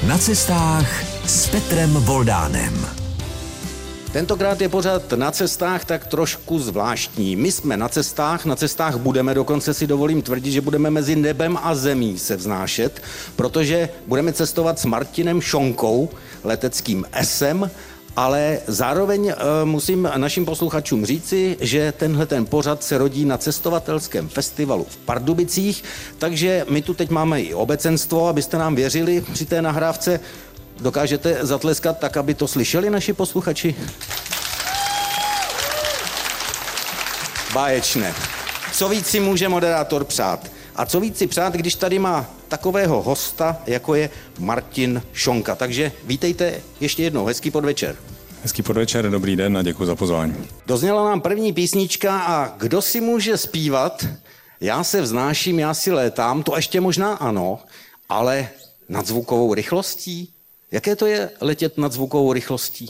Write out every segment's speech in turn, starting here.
Na cestách s Petrem Voldánem. Tentokrát je pořad Na cestách tak trošku zvláštní. My jsme na cestách budeme, dokonce si dovolím tvrdit, že budeme mezi nebem a zemí se vznášet, protože budeme cestovat s Martinem Šonkou, leteckým esem, ale zároveň musím našim posluchačům říci, že tenhle ten pořad se rodí na cestovatelském festivalu v Pardubicích, takže my tu teď máme i obecenstvo, abyste nám věřili při té nahrávce. Dokážete zatleskat tak, aby to slyšeli naši posluchači? Báječné. Co víc si může moderátor přát? A co víc si přát, když tady má takového hosta, jako je Martin Šonka. Takže vítejte ještě jednou. Hezký podvečer. Hezký podvečer, dobrý den a děkuji za pozvání. Dozněla nám první písnička a kdo si může zpívat? Já se vznáším, já si létám, to ještě možná ano, ale nad zvukovou rychlostí? Jaké to je letět nad zvukovou rychlostí?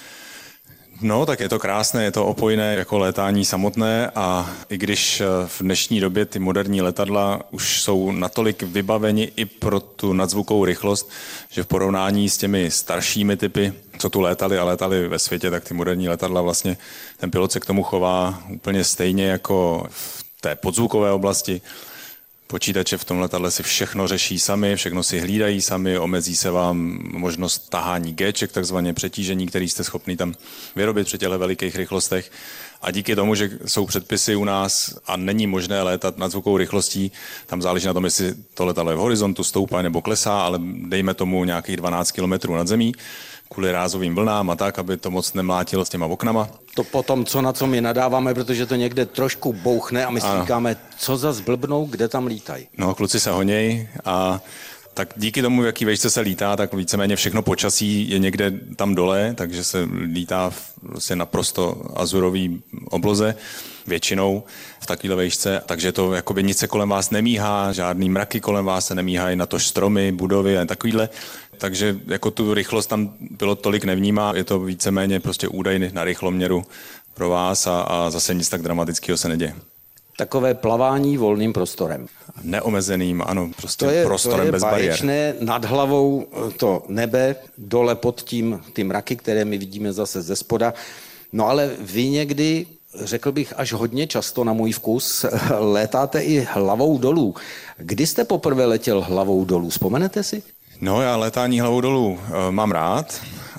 No, tak je to krásné, je to opojné jako létání samotné a i když v dnešní době ty moderní letadla už jsou natolik vybaveni i pro tu nadzvukovou rychlost, že v porovnání s těmi staršími typy, co tu létali ve světě, tak ty moderní letadla vlastně ten pilot se k tomu chová úplně stejně jako v té podzvukové oblasti. Počítače v tom letadle si všechno řeší sami, všechno si hlídají sami, omezí se vám možnost tahání G-ček, takzvaně přetížení, který jste schopný tam vyrobit při těchto velikých rychlostech. A díky tomu, že jsou předpisy u nás a není možné létat nad zvukovou rychlostí, tam záleží na tom, jestli to letadlo je v horizontu, stoupá nebo klesá, ale dejme tomu nějakých 12 km nad zemí, kvůli rázovým vlnám a tak, aby to moc nemlátilo s těma oknama. To potom, na co my nadáváme, protože to někde trošku bouchne a my si říkáme, co za zblbnou, kde tam lítají. No, kluci se honěj a tak díky tomu, v jaký výšce se lítá, tak víceméně všechno počasí je někde tam dole, takže se lítá vlastně naprosto azurový obloze, většinou v takové výšce, takže to jakoby nic se kolem vás nemíhá, žádný mraky kolem vás se nemíhají, natož stromy, budovy a takovýhle. Takže jako tu rychlost tam pilot tolik nevnímá, je to víceméně prostě údaj na rychloměru pro vás a zase nic tak dramatického se neděje. Takové plavání volným prostorem. Neomezeným, ano, prostě prostorem bez bariér. To je báječné, nad hlavou to nebe, dole pod tím ty mraky, které my vidíme zase ze spoda. No ale vy někdy, řekl bych až hodně často na můj vkus, létáte i hlavou dolů. Kdy jste poprvé letěl hlavou dolů, vzpomenete si? No, já létání hlavou dolů mám rád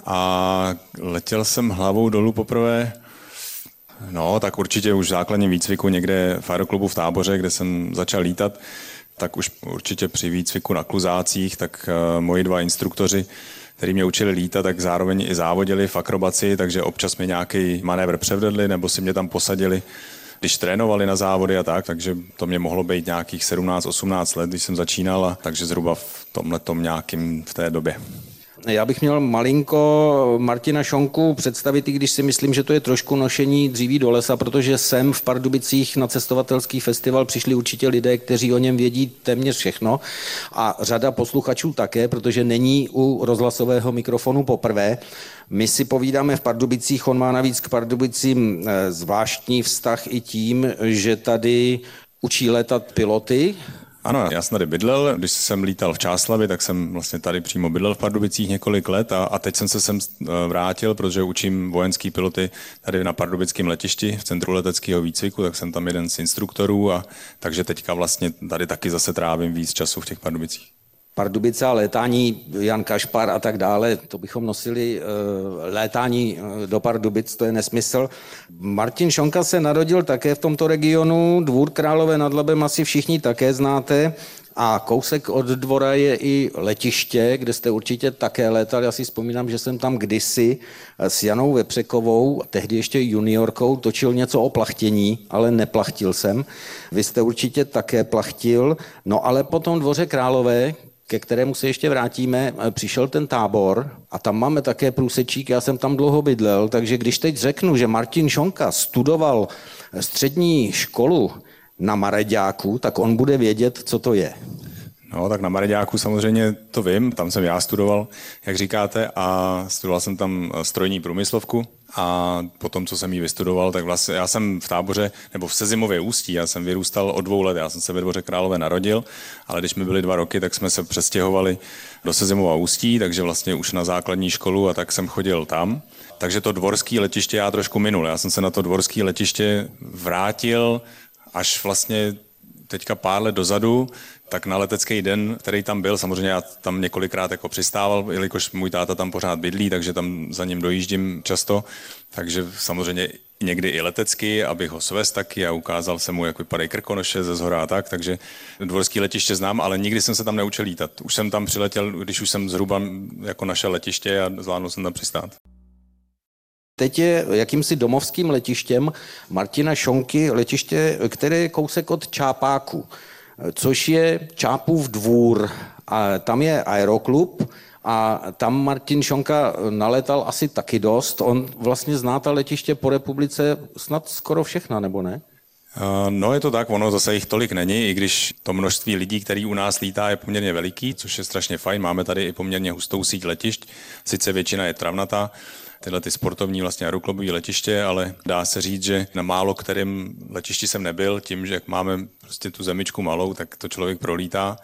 a letěl jsem hlavou dolů poprvé, no, tak určitě už v základním výcviku někde v aeroklubu v Táboře, kde jsem začal lítat, tak už určitě při výcviku na kluzácích, tak moji dva instruktoři, kteří mě učili lítat, tak zároveň i závodili v akrobaci, takže občas mi nějaký manévr převedli nebo si mě tam posadili, když trénovali na závody a tak, takže to mě mohlo být nějakých 17-18 let, když jsem začínal, takže zhruba v tomhletom nějakým v té době. Já bych měl malinko Martina Šonku představit, i když si myslím, že to je trošku nošení dříví do lesa, protože sem v Pardubicích na cestovatelský festival přišli určitě lidé, kteří o něm vědí téměř všechno a řada posluchačů také, protože není u rozhlasového mikrofonu poprvé. My si povídáme v Pardubicích, on má navíc k Pardubicím zvláštní vztah i tím, že tady učí létat piloty. Ano, já jsem tady bydlel, když jsem lítal v Čáslavi, tak jsem vlastně tady přímo bydlel v Pardubicích několik let a teď jsem se sem vrátil, protože učím vojenský piloty tady na pardubickém letišti v centru leteckého výcviku, tak jsem tam jeden z instruktorů a takže teďka vlastně tady taky zase trávím víc času v těch Pardubicích. Pardubice a létání, Jan Kašpar a tak dále, to bychom nosili létání do Pardubic, to je nesmysl. Martin Šonka se narodil také v tomto regionu, Dvůr Králové nad Labem asi všichni také znáte a kousek od dvora je i letiště, kde jste určitě také létali. Já si vzpomínám, že jsem tam kdysi s Janou Vepřekovou, tehdy ještě juniorkou, točil něco o plachtění, ale neplachtil jsem. Vy jste určitě také plachtil, no ale po tom Dvoře Králové, ke kterému se ještě vrátíme, přišel ten tábor a tam máme také průsečík, já jsem tam dlouho bydlel, takže když teď řeknu, že Martin Šonka studoval střední školu na Mareďáku, tak on bude vědět, co to je. No, tak na Mareďáku samozřejmě to vím, tam jsem já studoval, jak říkáte, a studoval jsem tam strojní průmyslovku a potom, co jsem ji vystudoval, tak vlastně já jsem v Táboře, nebo v Sezimově Ústí, já jsem vyrůstal od 2 let, já jsem se ve Dvoře Králové narodil, ale když mi byly 2 roky, tak jsme se přestěhovali do Sezimova Ústí, takže vlastně už na základní školu a tak jsem chodil tam. Takže to dvorské letiště já trošku minul, já jsem se na to dvorské letiště vrátil až vlastně teďka pár let dozadu, tak na letecký den, který tam byl, samozřejmě já tam několikrát jako přistával, jelikož můj táta tam pořád bydlí, takže tam za ním dojíždím často, takže samozřejmě někdy i letecky, abych ho svez taky a ukázal jsem mu, jak vypadají Krkonoše ze zhora a tak, takže dvorský letiště znám, ale nikdy jsem se tam neučil lítat. Už jsem tam přiletěl, když už jsem zhruba jako našel letiště a zvládnul jsem tam přistát. Teď je jakýmsi domovským letištěm Martina Šonky letiště, které je kousek od Čápáku, což je Čápův Dvůr. A tam je aeroklub a tam Martin Šonka naletal asi taky dost. On vlastně zná ta letiště po republice snad skoro všechna, nebo ne? No je to tak, ono zase jich tolik není, i když to množství lidí, který u nás lítá, je poměrně veliký, což je strašně fajn. Máme tady i poměrně hustou síť letišť, sice většina je travnatá, tyhle ty sportovní vlastně aeroklubové letiště, ale dá se říct, že na málo kterém letišti jsem nebyl, tím, že jak máme prostě tu zemičku malou, tak to člověk prolítá.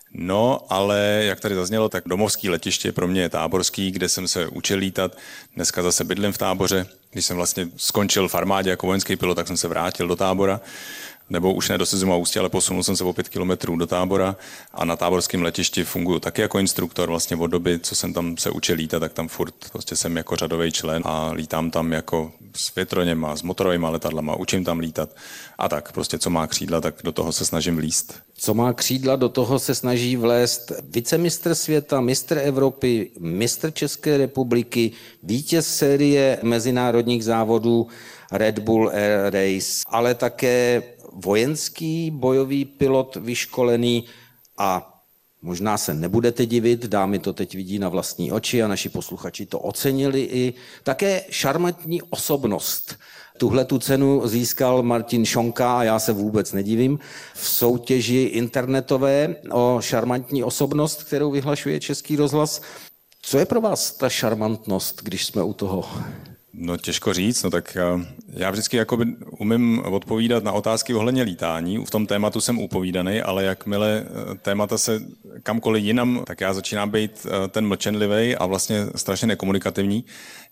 No, ale jak tady zaznělo, tak domovský letiště pro mě je táborský, kde jsem se učil lítat. Dneska zase bydlím v Táboře. Když jsem vlastně skončil v armádě jako vojenský pilot, tak jsem se vrátil do Tábora. Nebo už ne do Sezima Ústí, ale posunul jsem se o 5 kilometrů do Tábora a na táborském letišti funguji taky jako instruktor. Vlastně od doby, co jsem tam se učil lítat, tak tam furt prostě jsem jako řadový člen a lítám tam jako s větroněma, s motorovými letadlama, učím tam lítat. A tak prostě co má křídla, tak do toho se snažím vlízt. Co má křídla, do toho se snaží vlézt vicemistr světa, mistr Evropy, mistr České republiky, vítěz série mezinárodních závodů Red Bull Air Race, ale také vojenský bojový pilot vyškolený a možná se nebudete divit, dámy to teď vidí na vlastní oči a naši posluchači to ocenili i také šarmantní osobnost. Tuhle tu cenu získal Martin Šonka a já se vůbec nedivím v soutěži internetové o šarmantní osobnost, kterou vyhlašuje Český rozhlas. Co je pro vás ta šarmantnost, když jsme u toho? No těžko říct, no tak já vždycky jakoby umím odpovídat na otázky ohledně lítání, v tom tématu jsem upovídaný, ale jakmile témata se kamkoliv jinam, tak já začínám být ten mlčenlivý a vlastně strašně nekomunikativní.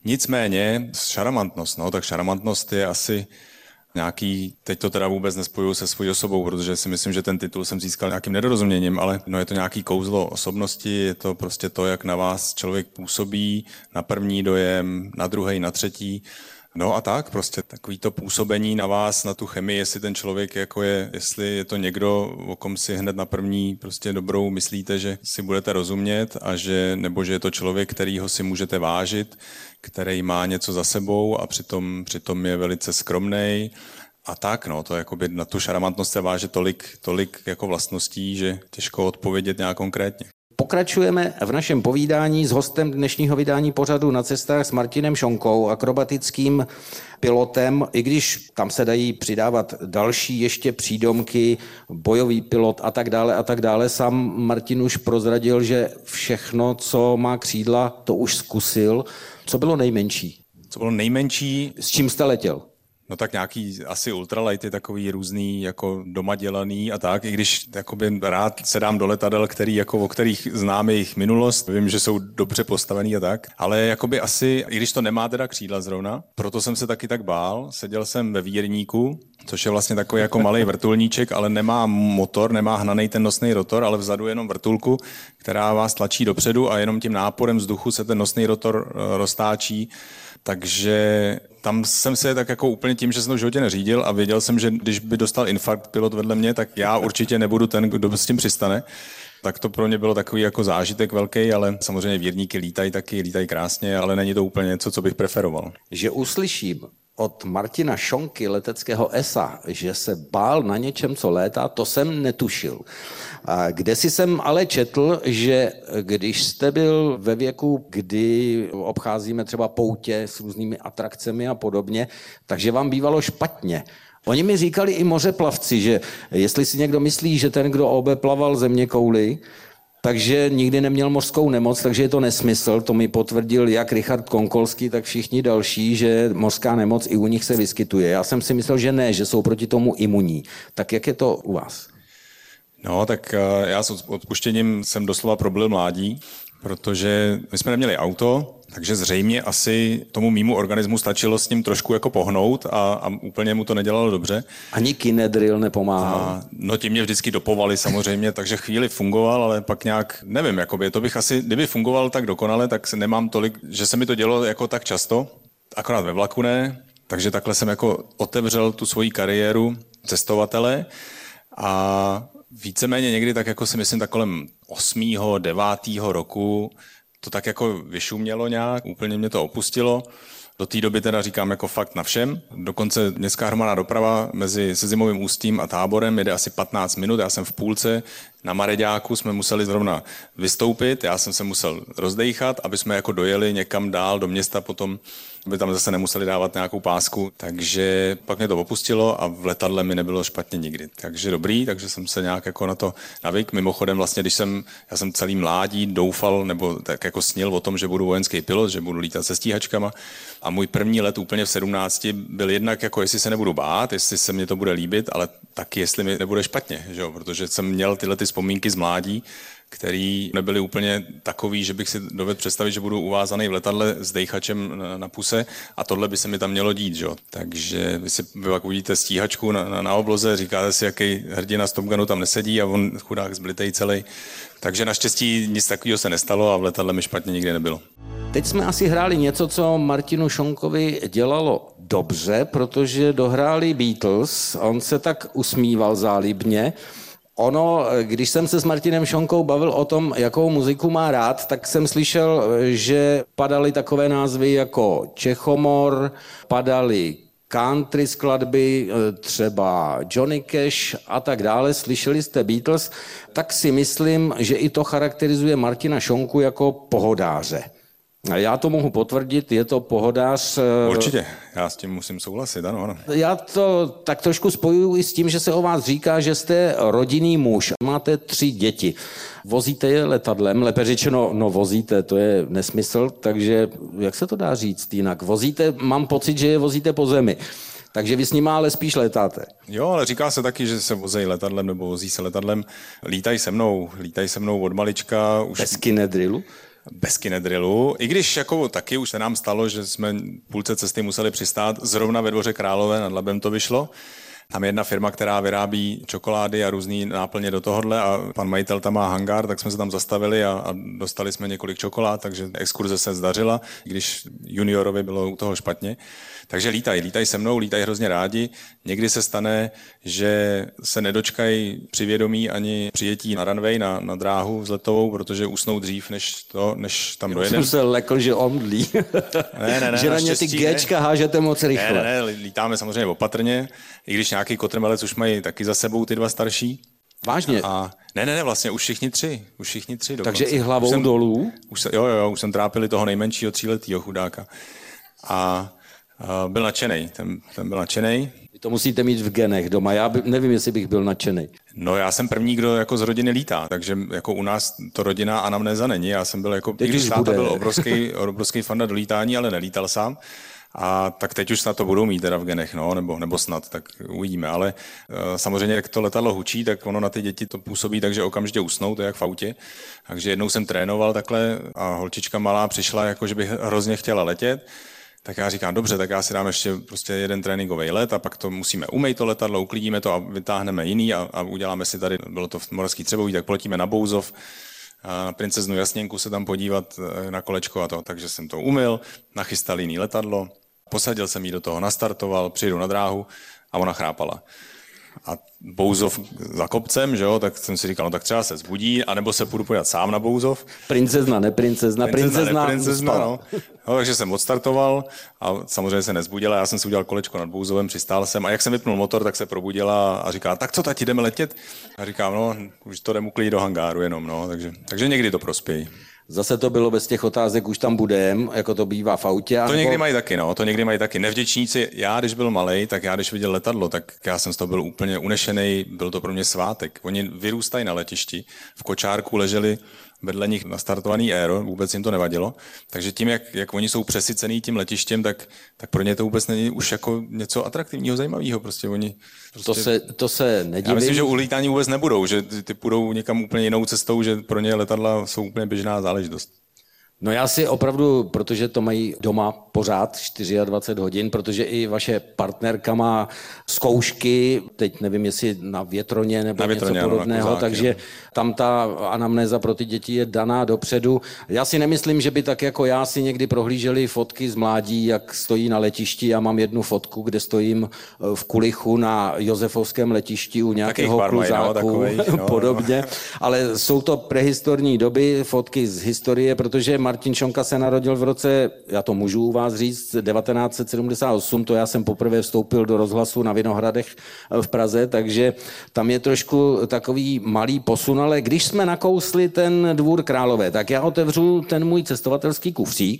Nicméně šarmantnost, no tak šarmantnost je asi nějaký, teď to teda vůbec nespojuju se svojí osobou, protože si myslím, že ten titul jsem získal nějakým nedorozuměním, ale no je to nějaký kouzlo osobnosti, je to prostě to, jak na vás člověk působí, na první dojem, na druhý, na třetí. No a tak, prostě takový to působení na vás, na tu chemii, jestli ten člověk jako je, jestli je to někdo, o kom si hned na první prostě dobrou myslíte, že si budete rozumět a že, nebo že je to člověk, kterýho si můžete vážit, který má něco za sebou a přitom je velice skromnej. A tak, no, to jakoby na tu šarmantnost se váže tolik jako vlastností, že těžko odpovědět nějak konkrétně. Pokračujeme v našem povídání s hostem dnešního vydání pořadu Na cestách s Martinem Šonkou, akrobatickým pilotem, i když tam se dají přidávat další ještě přídomky, bojový pilot a tak dále a tak dále. Sám Martin už prozradil, že všechno, co má křídla, to už zkusil. Co bylo nejmenší? Co bylo nejmenší? S čím jste letěl? No tak nějaký asi ultralighty, takový různý, jako doma dělaný a tak, i když jakoby rád se dám do letadel, o kterých znám jejich minulost, vím, že jsou dobře postavený a tak, ale jakoby asi, i když to nemá teda křídla zrovna, proto jsem se taky tak bál, seděl jsem ve vírníku, což je vlastně takový jako malej vrtulníček, ale nemá motor, nemá hnanej ten nosný rotor, ale vzadu jenom vrtulku, která vás tlačí dopředu a jenom tím náporem vzduchu se ten nosný rotor roztáčí. Takže tam jsem se tak jako úplně tím, že jsem to v životě neřídil a věděl jsem, že když by dostal infarkt pilot vedle mě, tak já určitě nebudu ten, kdo s tím přistane. Tak to pro mě bylo takový jako zážitek velký, ale samozřejmě vírníky lítají krásně, ale není to úplně něco, co bych preferoval. Že uslyším od Martina Šonky, leteckého ESA, že se bál na něčem, co létá, to jsem netušil. A kdesi jsem ale četl, že když jste byl ve věku, kdy obcházíme třeba poutě s různými atrakcemi a podobně, takže vám bývalo špatně. Oni mi říkali i mořeplavci, že jestli si někdo myslí, že ten, kdo obeplaval zeměkouli, takže nikdy neměl mořskou nemoc, takže je to nesmysl. To mi potvrdil jak Richard Konkolský, tak všichni další, že mořská nemoc i u nich se vyskytuje. Já jsem si myslel, že ne, že jsou proti tomu imunní. Tak jak je to u vás? No, tak já s odpuštěním jsem doslova probil mládí, protože my jsme neměli auto, takže zřejmě asi tomu mýmu organismu stačilo s ním trošku jako pohnout a úplně mu to nedělalo dobře. Ani Kinedril nepomáhal. No ti mě vždycky dopovali samozřejmě, takže chvíli fungoval, ale pak nějak, nevím, jakoby, to bych asi, kdyby fungoval tak dokonale, tak nemám tolik, že se mi to dělo jako tak často, akorát ve vlaku ne, takže takhle jsem jako otevřel tu svoji kariéru cestovatele a víceméně někdy tak jako si myslím tak kolem 8., 9. roku to tak jako vyšumělo nějak, úplně mě to opustilo. Do té doby teda říkám jako fakt na všem. Dokonce městská hromadná doprava mezi Sezimovým Ústím a Táborem jede asi 15 minut. Já jsem v půlce na Mareďáku, jsme museli zrovna vystoupit, já jsem se musel rozdejchat, aby jsme jako dojeli někam dál do města potom, aby tam zase nemuseli dávat nějakou pásku. Takže pak mě to opustilo a v letadle mi nebylo špatně nikdy. Takže dobrý, takže jsem se nějak jako na to navyk. Mimochodem vlastně, já jsem celý mládí doufal, nebo tak jako snil o tom, že budu vojenský pilot, že budu lítat se stíhačkama. A můj první let úplně v 17 byl jednak jako, jestli se nebudu bát, jestli se mě to bude líbit, ale taky jestli mi nebude špatně, že jo? Protože jsem měl tyhle ty vzpomínky z mládí, který nebyly úplně takový, že bych si dovedl představit, že budu uvázaný v letadle s dejchačem na puse a tohle by se mi tam mělo dít, že? Takže vy pak uvidíte stíhačku na obloze, říkáte si, jaký hrdina z Top Gunu tam nesedí a on chudák zblitej celý. Takže naštěstí nic takového se nestalo a v letadle mi špatně nikdy nebylo. Teď jsme asi hráli něco, co Martinu Šonkovi dělalo dobře, protože dohráli Beatles, on se tak usmíval zálibně. Ono, když jsem se s Martinem Šonkou bavil o tom, jakou muziku má rád, tak jsem slyšel, že padaly takové názvy jako Čechomor, padaly country skladby, třeba Johnny Cash a tak dále. Slyšeli jste Beatles, tak si myslím, že i to charakterizuje Martina Šonku jako pohodáře. Já to mohu potvrdit, je to pohodář. Určitě, já s tím musím souhlasit, ano. Já to tak trošku spojuju i s tím, že se o vás říká, že jste rodinný muž. Máte 3 děti. Vozíte je letadlem, lépe řečeno, vozíte, to je nesmysl, takže jak se to dá říct jinak? Vozíte, mám pocit, že je vozíte po zemi. Takže vy s nimi ale spíš letáte. Jo, ale říká se taky, že se vozejí letadlem nebo vozí se letadlem. Lítají se mnou od malička. Už... Bez kinedrilu? Bez kinedrilu, i když jako taky už se nám stalo, že jsme půlce cesty museli přistát, zrovna ve Dvoře Králové nad Labem to vyšlo. Tam je jedna firma, která vyrábí čokolády a různý náplně do tohohle a pan majitel tam má hangár, tak jsme se tam zastavili a dostali jsme několik čokolád, takže exkurze se zdařila, když juniorovi bylo u toho špatně. Takže lítají se mnou, lítají hrozně rádi. Někdy se stane, že se nedočkají při vědomí ani přijetí na runway, na dráhu vzletovou, protože usnou dřív, než tam dojedeme. Já jsem se lekl, že omdlí. Ne, že na ně ty Gčka hážete moc rychle. Ne, lítáme samozřejmě opatrně, i když nějaký kotrmelec už mají taky za sebou ty 2 starší. Vážně? Ne, vlastně už všichni tři dokonce. Takže i hlavou dolů? Už jsem trápili toho nejmenšího 3letýho chudáka. A byl nadšenej, ten byl nadšenej. Vy to musíte mít v genech doma, já nevím, jestli bych byl nadšenej. No já jsem první, kdo jako z rodiny lítá, takže jako u nás to rodina anamnéza není, já jsem byl jako, když táta byl obrovský fanda do lítání, ale nelítal sám. A tak teď už snad to budou mít teda v genech, nebo snad, tak uvidíme. Ale samozřejmě, jak to letadlo hučí, tak ono na ty děti to působí tak, že okamžitě usnou, to je jak v autě. Takže jednou jsem trénoval takhle a holčička malá přišla, jako že by hrozně chtěla letět. Tak já říkám, dobře, tak já si dám ještě prostě jeden tréninkový let a pak to musíme umýt to letadlo, uklidíme to a vytáhneme jiný a uděláme si tady, bylo to v Moravský Třeboví, tak poletíme na Bouzov, na Princeznu Jasněnku se tam podívat na kolečko a to. Takže jsem to umyl, nachystal jiný letadlo, posadil jsem jí do toho, nastartoval, přijedu na dráhu a ona chrápala. A Bouzov za kopcem, že jo, tak jsem si říkal, no tak třeba se zbudí, anebo se půjdu podívat sám na Bouzov. Princezna, no. No, takže jsem odstartoval a samozřejmě se nezbudila, já jsem si udělal kolečko nad Bouzovem, přistál jsem a jak jsem vypnul motor, tak se probudila a říká, tak co tati, jdeme letět? A říkám, no, už to jdem uklidit do hangáru jenom, no, takže někdy to prospějí. Zase to bylo bez těch otázek, už tam budem, jako to bývá v autě. To někdy mají taky, no, to někdy mají taky. Nevděčníci, já když byl malej, tak já když viděl letadlo, tak já jsem z toho byl úplně unešený, byl to pro mě svátek. Oni vyrůstají na letišti, v kočárku leželi vedle nich nastartovaný aero, vůbec jim to nevadilo. Takže tím, jak oni jsou přesycený tím letištěm, tak pro ně to vůbec není už jako něco atraktivního, zajímavého. Prostě oni to se nedivím. Já myslím, že u lítání vůbec nebudou, že ty půjdou někam úplně jinou cestou, že pro ně letadla jsou úplně běžná záležitost. No já si opravdu, protože to mají doma pořád 24 hodin, protože i vaše partnerka má zkoušky, teď nevím, jestli na větroně nebo něco podobného, takže tam ta anamnéza pro ty děti je daná dopředu. Já si nemyslím, že by tak jako já si někdy prohlíželi fotky z mládí, jak stojí na letišti. Já mám jednu fotku, kde stojím v Kulichu na Josefovském letišti u nějakého kluzáku, podobně. Ale jsou to prehistorní doby, fotky z historie, protože Martin Šonka se narodil v roce, já to můžu u vás říct, 1978, to já jsem poprvé vstoupil do rozhlasu na Vinohradech v Praze, takže tam je trošku takový malý posun, ale když jsme nakousli ten Dvůr Králové, tak já otevřu ten můj cestovatelský kufřík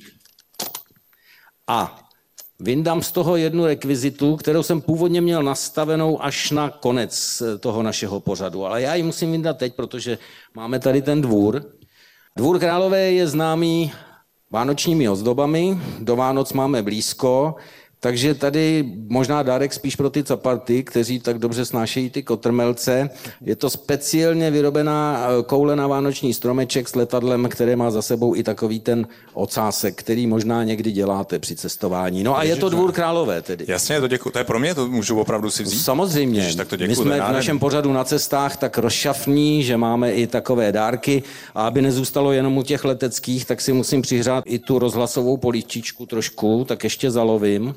a vyndám z toho jednu rekvizitu, kterou jsem původně měl nastavenou až na konec toho našeho pořadu, ale já ji musím vyndat teď, protože máme tady ten dvůr. Dvůr Králové je známý vánočními ozdobami, do Vánoc máme blízko, takže tady možná dárek spíš pro ty caparty, kteří tak dobře snášejí ty kotrmelce. Je to speciálně vyrobená koule na vánoční stromeček s letadlem, které má za sebou i takový ten ocásek, který možná někdy děláte při cestování. No a je to Dvůr Králové tedy. Jasně, to děkuji. To je pro mě, to můžu opravdu si vzít? Samozřejmě. Ježiš, tak to děkuji, my jsme v našem pořadu na cestách tak rozšafní, že máme i takové dárky a aby nezůstalo jenom u těch leteckých, tak si musím přihřát i tu rozhlasovou polívčičku trošku, tak ještě zalovím.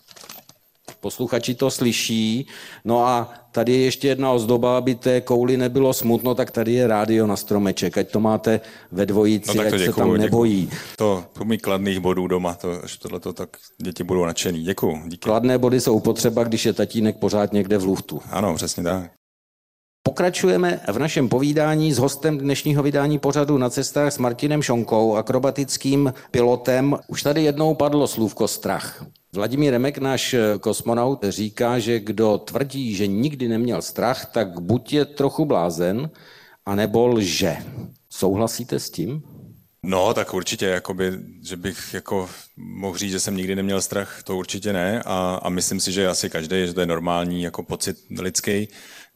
Posluchači to slyší. No a tady je ještě jedna ozdoba, aby té kouli nebylo smutno, tak tady je rádio na stromeček, ať to máte ve dvojici, ať se tam nebojí. To mít kladných bodů doma, až tohleto, tak děti budou nadšený. Děkuju. Díky. Kladné body jsou potřeba, když je tatínek pořád někde v luftu. Ano, přesně tak. Pokračujeme v našem povídání s hostem dnešního vydání pořadu Na cestách s Martinem Šonkou, akrobatickým pilotem. Už tady jednou padlo slůvko strach. Vladimír Remek, náš kosmonaut, říká, že kdo tvrdí, že nikdy neměl strach, tak buď je trochu blázen, anebo lže. Souhlasíte s tím? No, tak určitě, jakoby, že bych jako mohl říct, že jsem nikdy neměl strach, to určitě ne. A myslím si, že asi každý, že to je normální jako pocit lidský.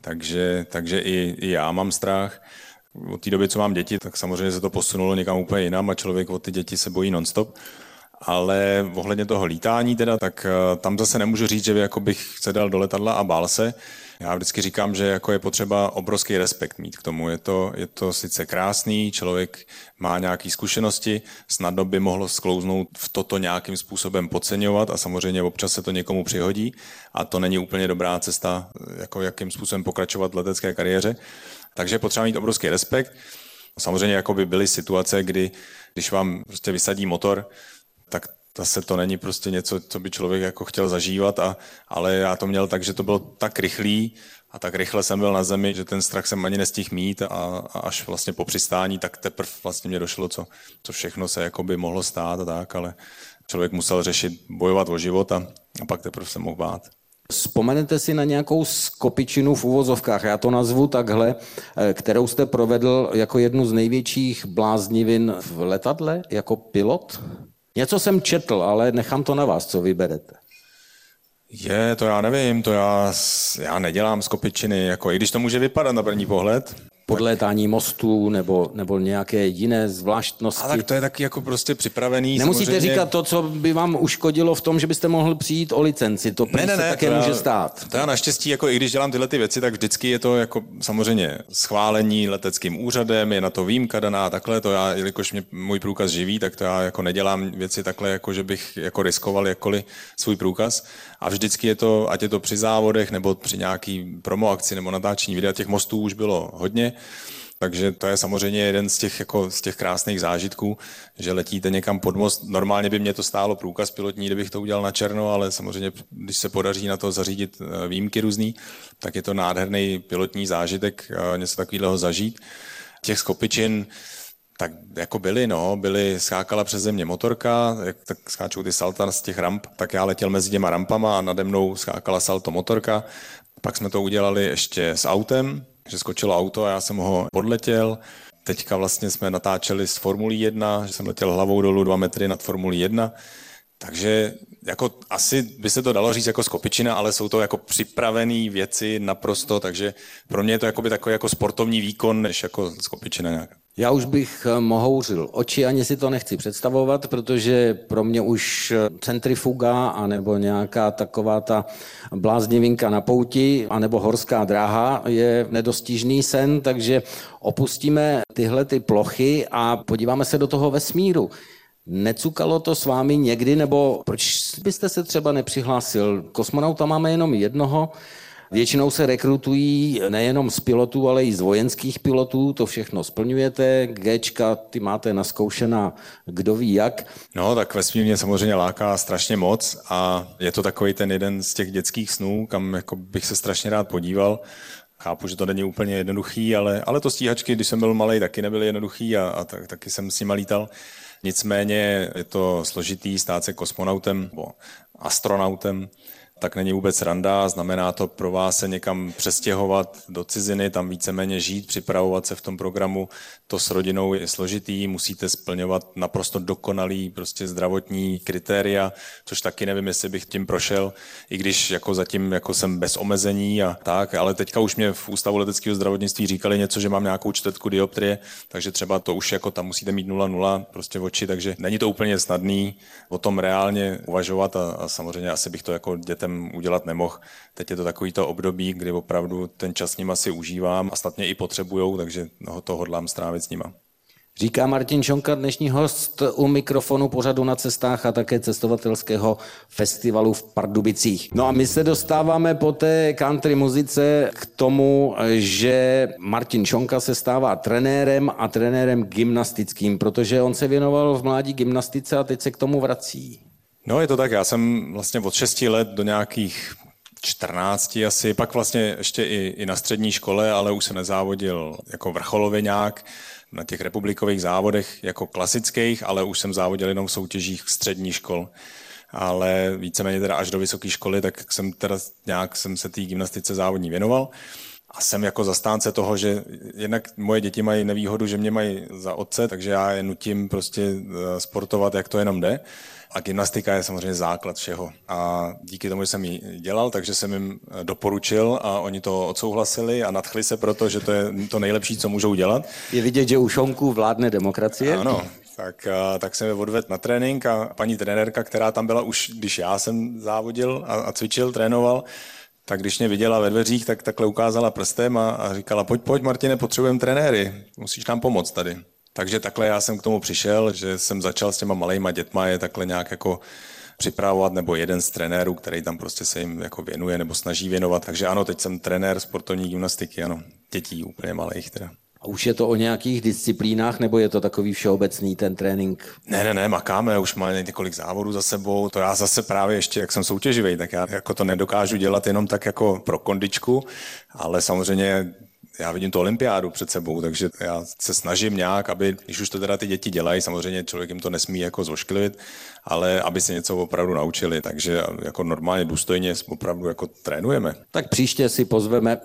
Takže i já mám strach. Od té doby, co mám děti, tak samozřejmě se to posunulo někam úplně jinam a člověk od ty děti se bojí nonstop. Ale ohledně toho lítání teda, tak tam zase nemůžu říct, že jako bych se dal do letadla a bál se. Já vždycky říkám, že jako je potřeba obrovský respekt mít k tomu. Je to sice krásný, člověk má nějaké zkušenosti, snadno by mohlo sklouznout v toto nějakým způsobem podceňovat a samozřejmě občas se to někomu přihodí a to není úplně dobrá cesta, jako jakým způsobem pokračovat v letecké kariéře. Takže je potřeba mít obrovský respekt. Samozřejmě jako by byly situace, když vám prostě vysadí motor, tak zase to není prostě něco, co by člověk jako chtěl zažívat, ale já to měl tak, že to bylo tak rychlý a tak rychle jsem byl na zemi, že ten strach jsem ani nestihl mít a až vlastně po přistání, tak teprve vlastně mě došlo, co všechno se jako by mohlo stát a tak, ale člověk musel řešit, bojovat o život a pak teprve se mohl bát. Vzpomenete si na nějakou skopičinu v uvozovkách, já to nazvu takhle, kterou jste provedl jako jednu z největších bláznivin v letadle jako pilot? Něco jsem četl, ale nechám to na vás, co vyberete. To já nevím, já nedělám skopičiny, jako, i když to může vypadat na první pohled. Podlétání mostů nebo nějaké jiné zvláštnosti. A tak to je taky jako prostě připravený. Nemusíte samozřejmě říkat to, co by vám uškodilo v tom, že byste mohl přijít o licenci. To se také může stát. To já naštěstí, jako i když dělám tyhle ty věci, tak vždycky je to jako samozřejmě schválení leteckým úřadem, je na to výjimka daná a takhle. To já, jelikož mě můj průkaz živí, tak to já jako nedělám věci takhle, jako že bych jako riskoval jakkoliv svůj průkaz. A vždycky je to, ať je to při závodech nebo při nějaký promo akci nebo natáčení videa, těch mostů už bylo hodně. Takže to je samozřejmě jeden z těch krásných zážitků, že letíte někam pod most. Normálně by mě to stálo průkaz pilotní, kdybych to udělal na černo, ale samozřejmě, když se podaří na to zařídit výjimky různý, tak je to nádherný pilotní zážitek něco takového zažít. Těch skopičin, Tak jako byly, skákala přes země motorka, jak tak skáčou ty salta z těch ramp, tak já letěl mezi těma rampama a nade mnou skákala salto motorka. Pak jsme to udělali ještě s autem, že skočilo auto a já jsem ho podletěl. Teďka vlastně jsme natáčeli z Formulí 1, že jsem letěl hlavou dolů 2 metry nad Formulí 1. Takže jako asi by se to dalo říct jako skopičina, ale jsou to jako připravené věci naprosto, takže pro mě je to jakoby takový jako sportovní výkon, než jako skopičina nějaká. Já už bych mohouřil oči, ani si to nechci představovat, protože pro mě už centrifuga anebo nějaká taková ta bláznivinka na pouti anebo horská dráha je nedostižný sen, takže opustíme tyhle ty plochy a podíváme se do toho vesmíru. Necukalo to s vámi někdy, nebo proč byste se třeba nepřihlásil? Kosmonauta máme jenom jednoho, většinou se rekrutují nejenom z pilotů, ale i z vojenských pilotů, to všechno splňujete, Gčka, ty máte naskoušená kdo ví jak. No, tak vesmír mě samozřejmě láká strašně moc a je to takový ten jeden z těch dětských snů, kam jako bych se strašně rád podíval. Chápu, že to není úplně jednoduchý, ale to stíhačky, když jsem byl malej, taky nebyly jednoduchý a taky jsem s nima lítal. Nicméně je to složitý stát se kosmonautem nebo astronautem, tak není vůbec randa, znamená to pro vás se někam přestěhovat do ciziny, tam víceméně žít, připravovat se v tom programu, to s rodinou je složitý, musíte splňovat naprosto dokonalý prostě zdravotní kritéria, což taky nevím, jestli bych tím prošel, i když jako zatím jako jsem bez omezení a tak, ale teďka už mě v Ústavu leteckého zdravotnictví říkali něco, že mám nějakou 4 dioptrie, takže třeba to už jako tam musíte mít 0,0 prostě v oči, takže není to úplně snadný o tom reálně uvažovat a samozřejmě asi bych to jako dětem udělat nemohl. Teď je to takovýto období, kdy opravdu ten čas s nima si užívám a snad mě i potřebujou, takže to hodlám strávit s nima. Říká Martin Šonka, dnešní host u mikrofonu pořadu Na cestách a také cestovatelského festivalu v Pardubicích. No a my se dostáváme po té country muzice k tomu, že Martin Šonka se stává trenérem a trenérem gymnastickým, protože on se věnoval v mládí gymnastice a teď se k tomu vrací. No je to tak, já jsem vlastně od 6 let do nějakých 14 asi, pak vlastně ještě i na střední škole, ale už jsem nezávodil jako vrcholově nějak na těch republikových závodech jako klasických, ale už jsem závodil jenom v soutěžích středních škol. Ale víceméně teda až do vysoké školy, tak jsem teda nějak jsem se té gymnastice závodní věnoval. A jsem jako zastánce toho, že jednak moje děti mají nevýhodu, že mě mají za otce, takže já je nutím prostě sportovat, jak to jenom jde. A gymnastika je samozřejmě základ všeho. A díky tomu, že jsem ji dělal, takže jsem jim doporučil a oni to odsouhlasili a nadchli se proto, že to je to nejlepší, co můžou dělat. Je vidět, že u Šonku vládne demokracie. Ano, tak jsem je odvedl na trénink a paní trenérka, která tam byla už, když já jsem závodil a cvičil, trénoval, tak když mě viděla ve dveřích, tak takhle ukázala prstem a říkala, pojď Martine, potřebujeme trenéry, musíš nám pomoct tady. Takže takhle já jsem k tomu přišel, že jsem začal s těma malejma dětma je takhle nějak jako připravovat, nebo jeden z trenérů, který tam prostě se jim jako věnuje nebo snaží věnovat. Takže ano, teď jsem trenér sportovní gymnastiky, ano, dětí úplně malých teda. A už je to o nějakých disciplínách, nebo je to takový všeobecný ten trénink? Ne, makáme, už máme několik závodů za sebou. To já zase právě ještě, jak jsem soutěživý, tak já jako to nedokážu dělat jenom tak jako pro kondičku, ale samozřejmě já vidím tu olympiádu před sebou, takže já se snažím nějak, aby, když už to teda ty děti dělají, samozřejmě člověk jim to nesmí jako zošklivit, ale aby se něco opravdu naučili, takže jako normálně důstojně opravdu jako trénujeme. Tak příště si pozveme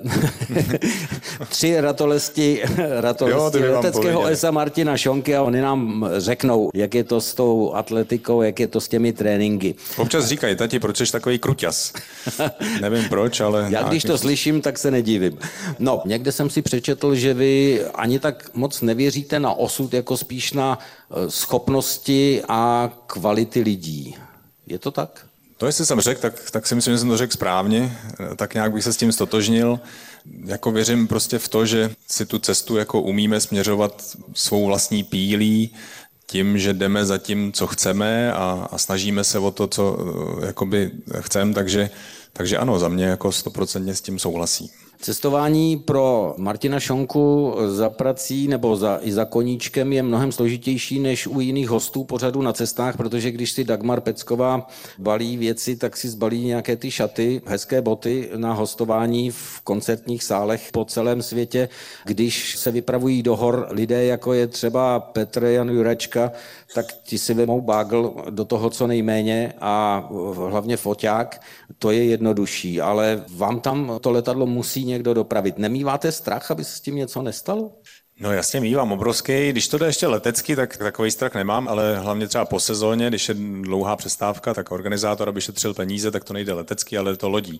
3 ratolesti leteckého esa Martina Šonky a oni nám řeknou, jak je to s tou atletikou, jak je to s těmi tréninky. Občas říkají, tati, proč jsi takový kruťas? Nevím proč, ale... Já když to slyším, tak se nedivím. No, někde jsem si přečetl, že vy ani tak moc nevěříte na osud, jako spíš na schopnosti a kvality lidí. Je to tak? To, jestli jsem řekl, tak si myslím, že jsem to řekl správně, tak nějak bych se s tím stotožnil. Jako věřím prostě v to, že si tu cestu jako umíme směřovat svou vlastní pílí, tím, že jdeme za tím, co chceme a snažíme se o to, co jakoby chceme, takže ano, za mě jako 100% s tím souhlasí. Cestování pro Martina Šonku za prací nebo i za koníčkem je mnohem složitější než u jiných hostů pořadu Na cestách, protože když si Dagmar Pecková balí věci, tak si zbalí nějaké ty šaty, hezké boty na hostování v koncertních sálech po celém světě. Když se vypravují do hor lidé, jako je třeba Petr Jan Jurečka, tak ti si vemou bágl do toho co nejméně a hlavně foťák, to je jednodušší, ale vám tam to letadlo musí někdo dopravit. Nemýváte strach, aby se s tím něco nestalo? No jasně, mívám obrovský. Když to jde ještě letecky, tak takový strach nemám, ale hlavně třeba po sezóně, když je dlouhá přestávka, tak organizátor, aby šetřil peníze, tak to nejde letecky, ale to lodí.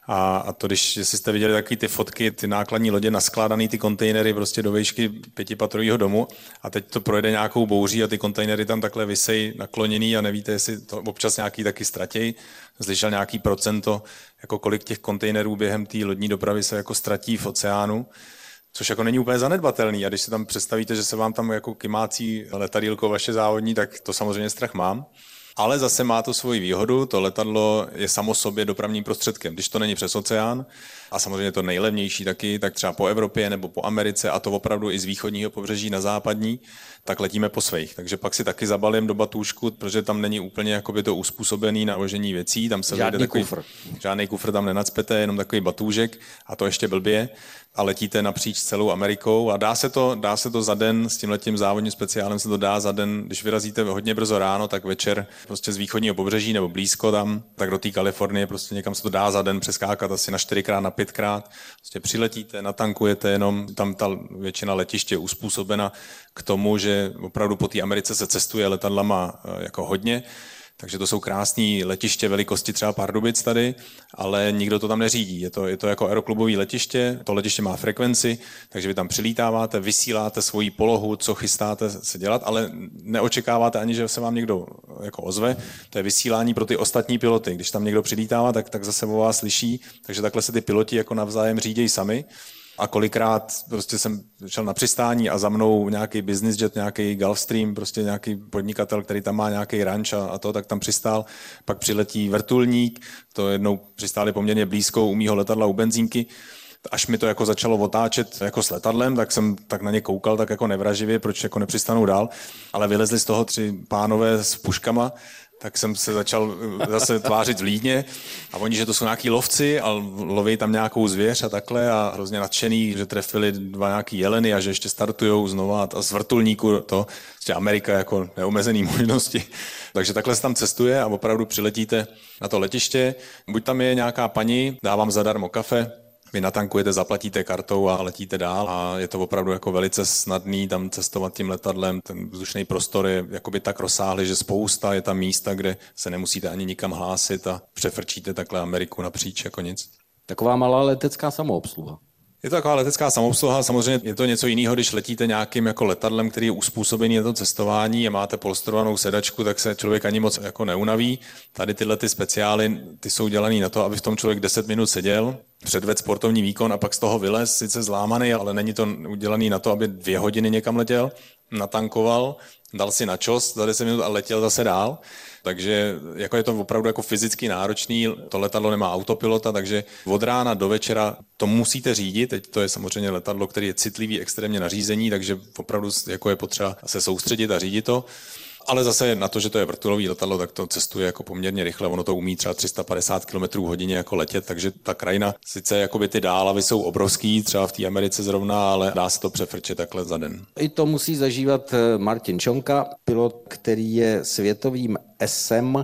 A to, když jste viděli taky ty fotky, ty nákladní lodě naskládaný ty kontejnery prostě do výšky 5patrového domu a teď to projede nějakou bouří a ty kontejnery tam takhle visejí nakloněný a nevíte, jestli to občas nějaký taky ztratějí. Slyšel nějaký procento, jako kolik těch kontejnerů během té lodní dopravy se jako ztratí v oceánu. Což jako není úplně zanedbatelný. A když si tam představíte, že se vám tam jako kymácí letadýlko vaše závodní, tak to samozřejmě strach mám. Ale zase má to svoji výhodu, to letadlo je samo sobě dopravním prostředkem. Když to není přes oceán, a samozřejmě to nejlevnější taky, tak třeba po Evropě nebo po Americe, a to opravdu i z východního pobřeží na západní, tak letíme po svých. Takže pak si taky zabalím do batůžku, protože tam není úplně jakoby to uspůsobený na ložení věcí. Tam se žádný takový kufr. Žádný kufr tam nenacpete, jenom takový batůžek a to ještě blbě. A letíte napříč celou Amerikou a dá se to za den, s tímhletím závodním speciálem se to dá za den, když vyrazíte hodně brzo ráno, tak večer prostě z východního pobřeží nebo blízko tam, tak do té Kalifornie prostě někam se to dá za den přeskákat asi na 4x, na 5x. Prostě přiletíte, natankujete, jenom tam ta většina letiště je uspůsobena k tomu, že opravdu po té Americe se cestuje letadlama jako hodně. Takže to jsou krásné letiště velikosti třeba Pardubic tady, ale nikdo to tam neřídí. Je to jako aeroklubové letiště, to letiště má frekvenci, takže vy tam přilítáváte, vysíláte svoji polohu, co chystáte se dělat, ale neočekáváte ani, že se vám někdo jako ozve. To je vysílání pro ty ostatní piloty. Když tam někdo přilítává, tak zase o vás slyší, takže takhle se ty piloti jako navzájem řídějí sami. A kolikrát prostě jsem šel na přistání a za mnou nějaký business jet, nějaký Gulfstream, prostě nějaký podnikatel, který tam má nějaký ranč a to, tak tam přistál. Pak přiletí vrtulník, to jednou přistáli poměrně blízko u mýho letadla u benzínky. Až mi to jako začalo otáčet jako s letadlem, tak jsem tak na ně koukal tak jako nevraživě, proč jako nepřistanou dál. Ale vylezli z toho 3 pánové s puškama, tak jsem se začal zase tvářit v Lídně a oni, že to jsou nějaký lovci a loví tam nějakou zvěř a takhle a hrozně nadšený, že trefili 2 nějaký jeleny a že ještě startujou znova a z vrtulníku to, prostě Amerika jako neomezený možnosti. Takže takhle se tam cestuje a opravdu přiletíte na to letiště, buď tam je nějaká paní, dá vám zadarmo kafe, vy natankujete, zaplatíte kartou a letíte dál a je to opravdu jako velice snadný tam cestovat tím letadlem. Ten vzdušný prostor je jakoby tak rozsáhlý, že spousta je tam místa, kde se nemusíte ani nikam hlásit a přefrčíte takhle Ameriku napříč jako nic. Taková malá letecká samoobsluha. Je to taková letecká samoobsluha, samozřejmě je to něco jiného, když letíte nějakým jako letadlem, který je uspůsobený na to cestování a máte polstrovanou sedačku, tak se člověk ani moc jako neunaví. Tady tyhle ty speciály, ty jsou dělaný na to, aby v tom člověk 10 minut seděl, předvedl sportovní výkon a pak z toho vylez, sice zlámaný, ale není to udělaný na to, aby 2 hodiny někam letěl, natankoval, dal si na čos za 10 minut a letěl zase dál. Takže jako je to opravdu jako fyzicky náročný, to letadlo nemá autopilota, takže od rána do večera to musíte řídit. Teď to je samozřejmě letadlo, které je citlivý extrémně na řízení, takže opravdu jako je potřeba se soustředit a řídit to. Ale zase na to, že to je vrtulový letadlo, tak to cestuje jako poměrně rychle. Ono to umí třeba 350 km/h jako letět, takže ta krajina, sice jakoby ty dálavy jsou obrovský, třeba v té Americe zrovna, ale dá se to přefrčet takhle za den. I to musí zažívat Martin Šonka, pilot, který je světovým esem.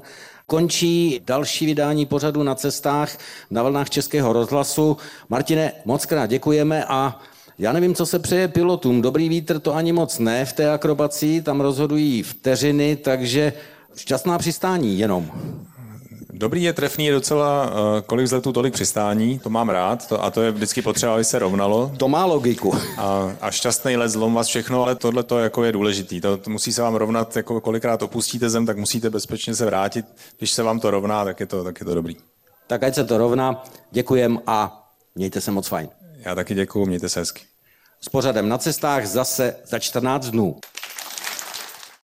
Končí další vydání pořadu Na cestách na vlnách Českého rozhlasu. Martine, mockrát děkujeme a já nevím, co se přeje pilotům. Dobrý vítr to ani moc ne v té akrobaci, tam rozhodují vteřiny, takže šťastná přistání jenom. Dobrý je trefný, je docela kolik vzletů, tolik přistání, to mám rád a to je vždycky potřeba, aby se rovnalo. To má logiku. A šťastný let, zlom vás všechno, ale tohle to jako je důležitý. To musí se vám rovnat, jako kolikrát opustíte zem, tak musíte bezpečně se vrátit. Když se vám to rovná, tak je to dobrý. Tak ať se to rovná, děkujem a mějte se moc fajn. Já taky děkuju, mějte se hezky. S pořadem Na cestách zase za 14 dnů.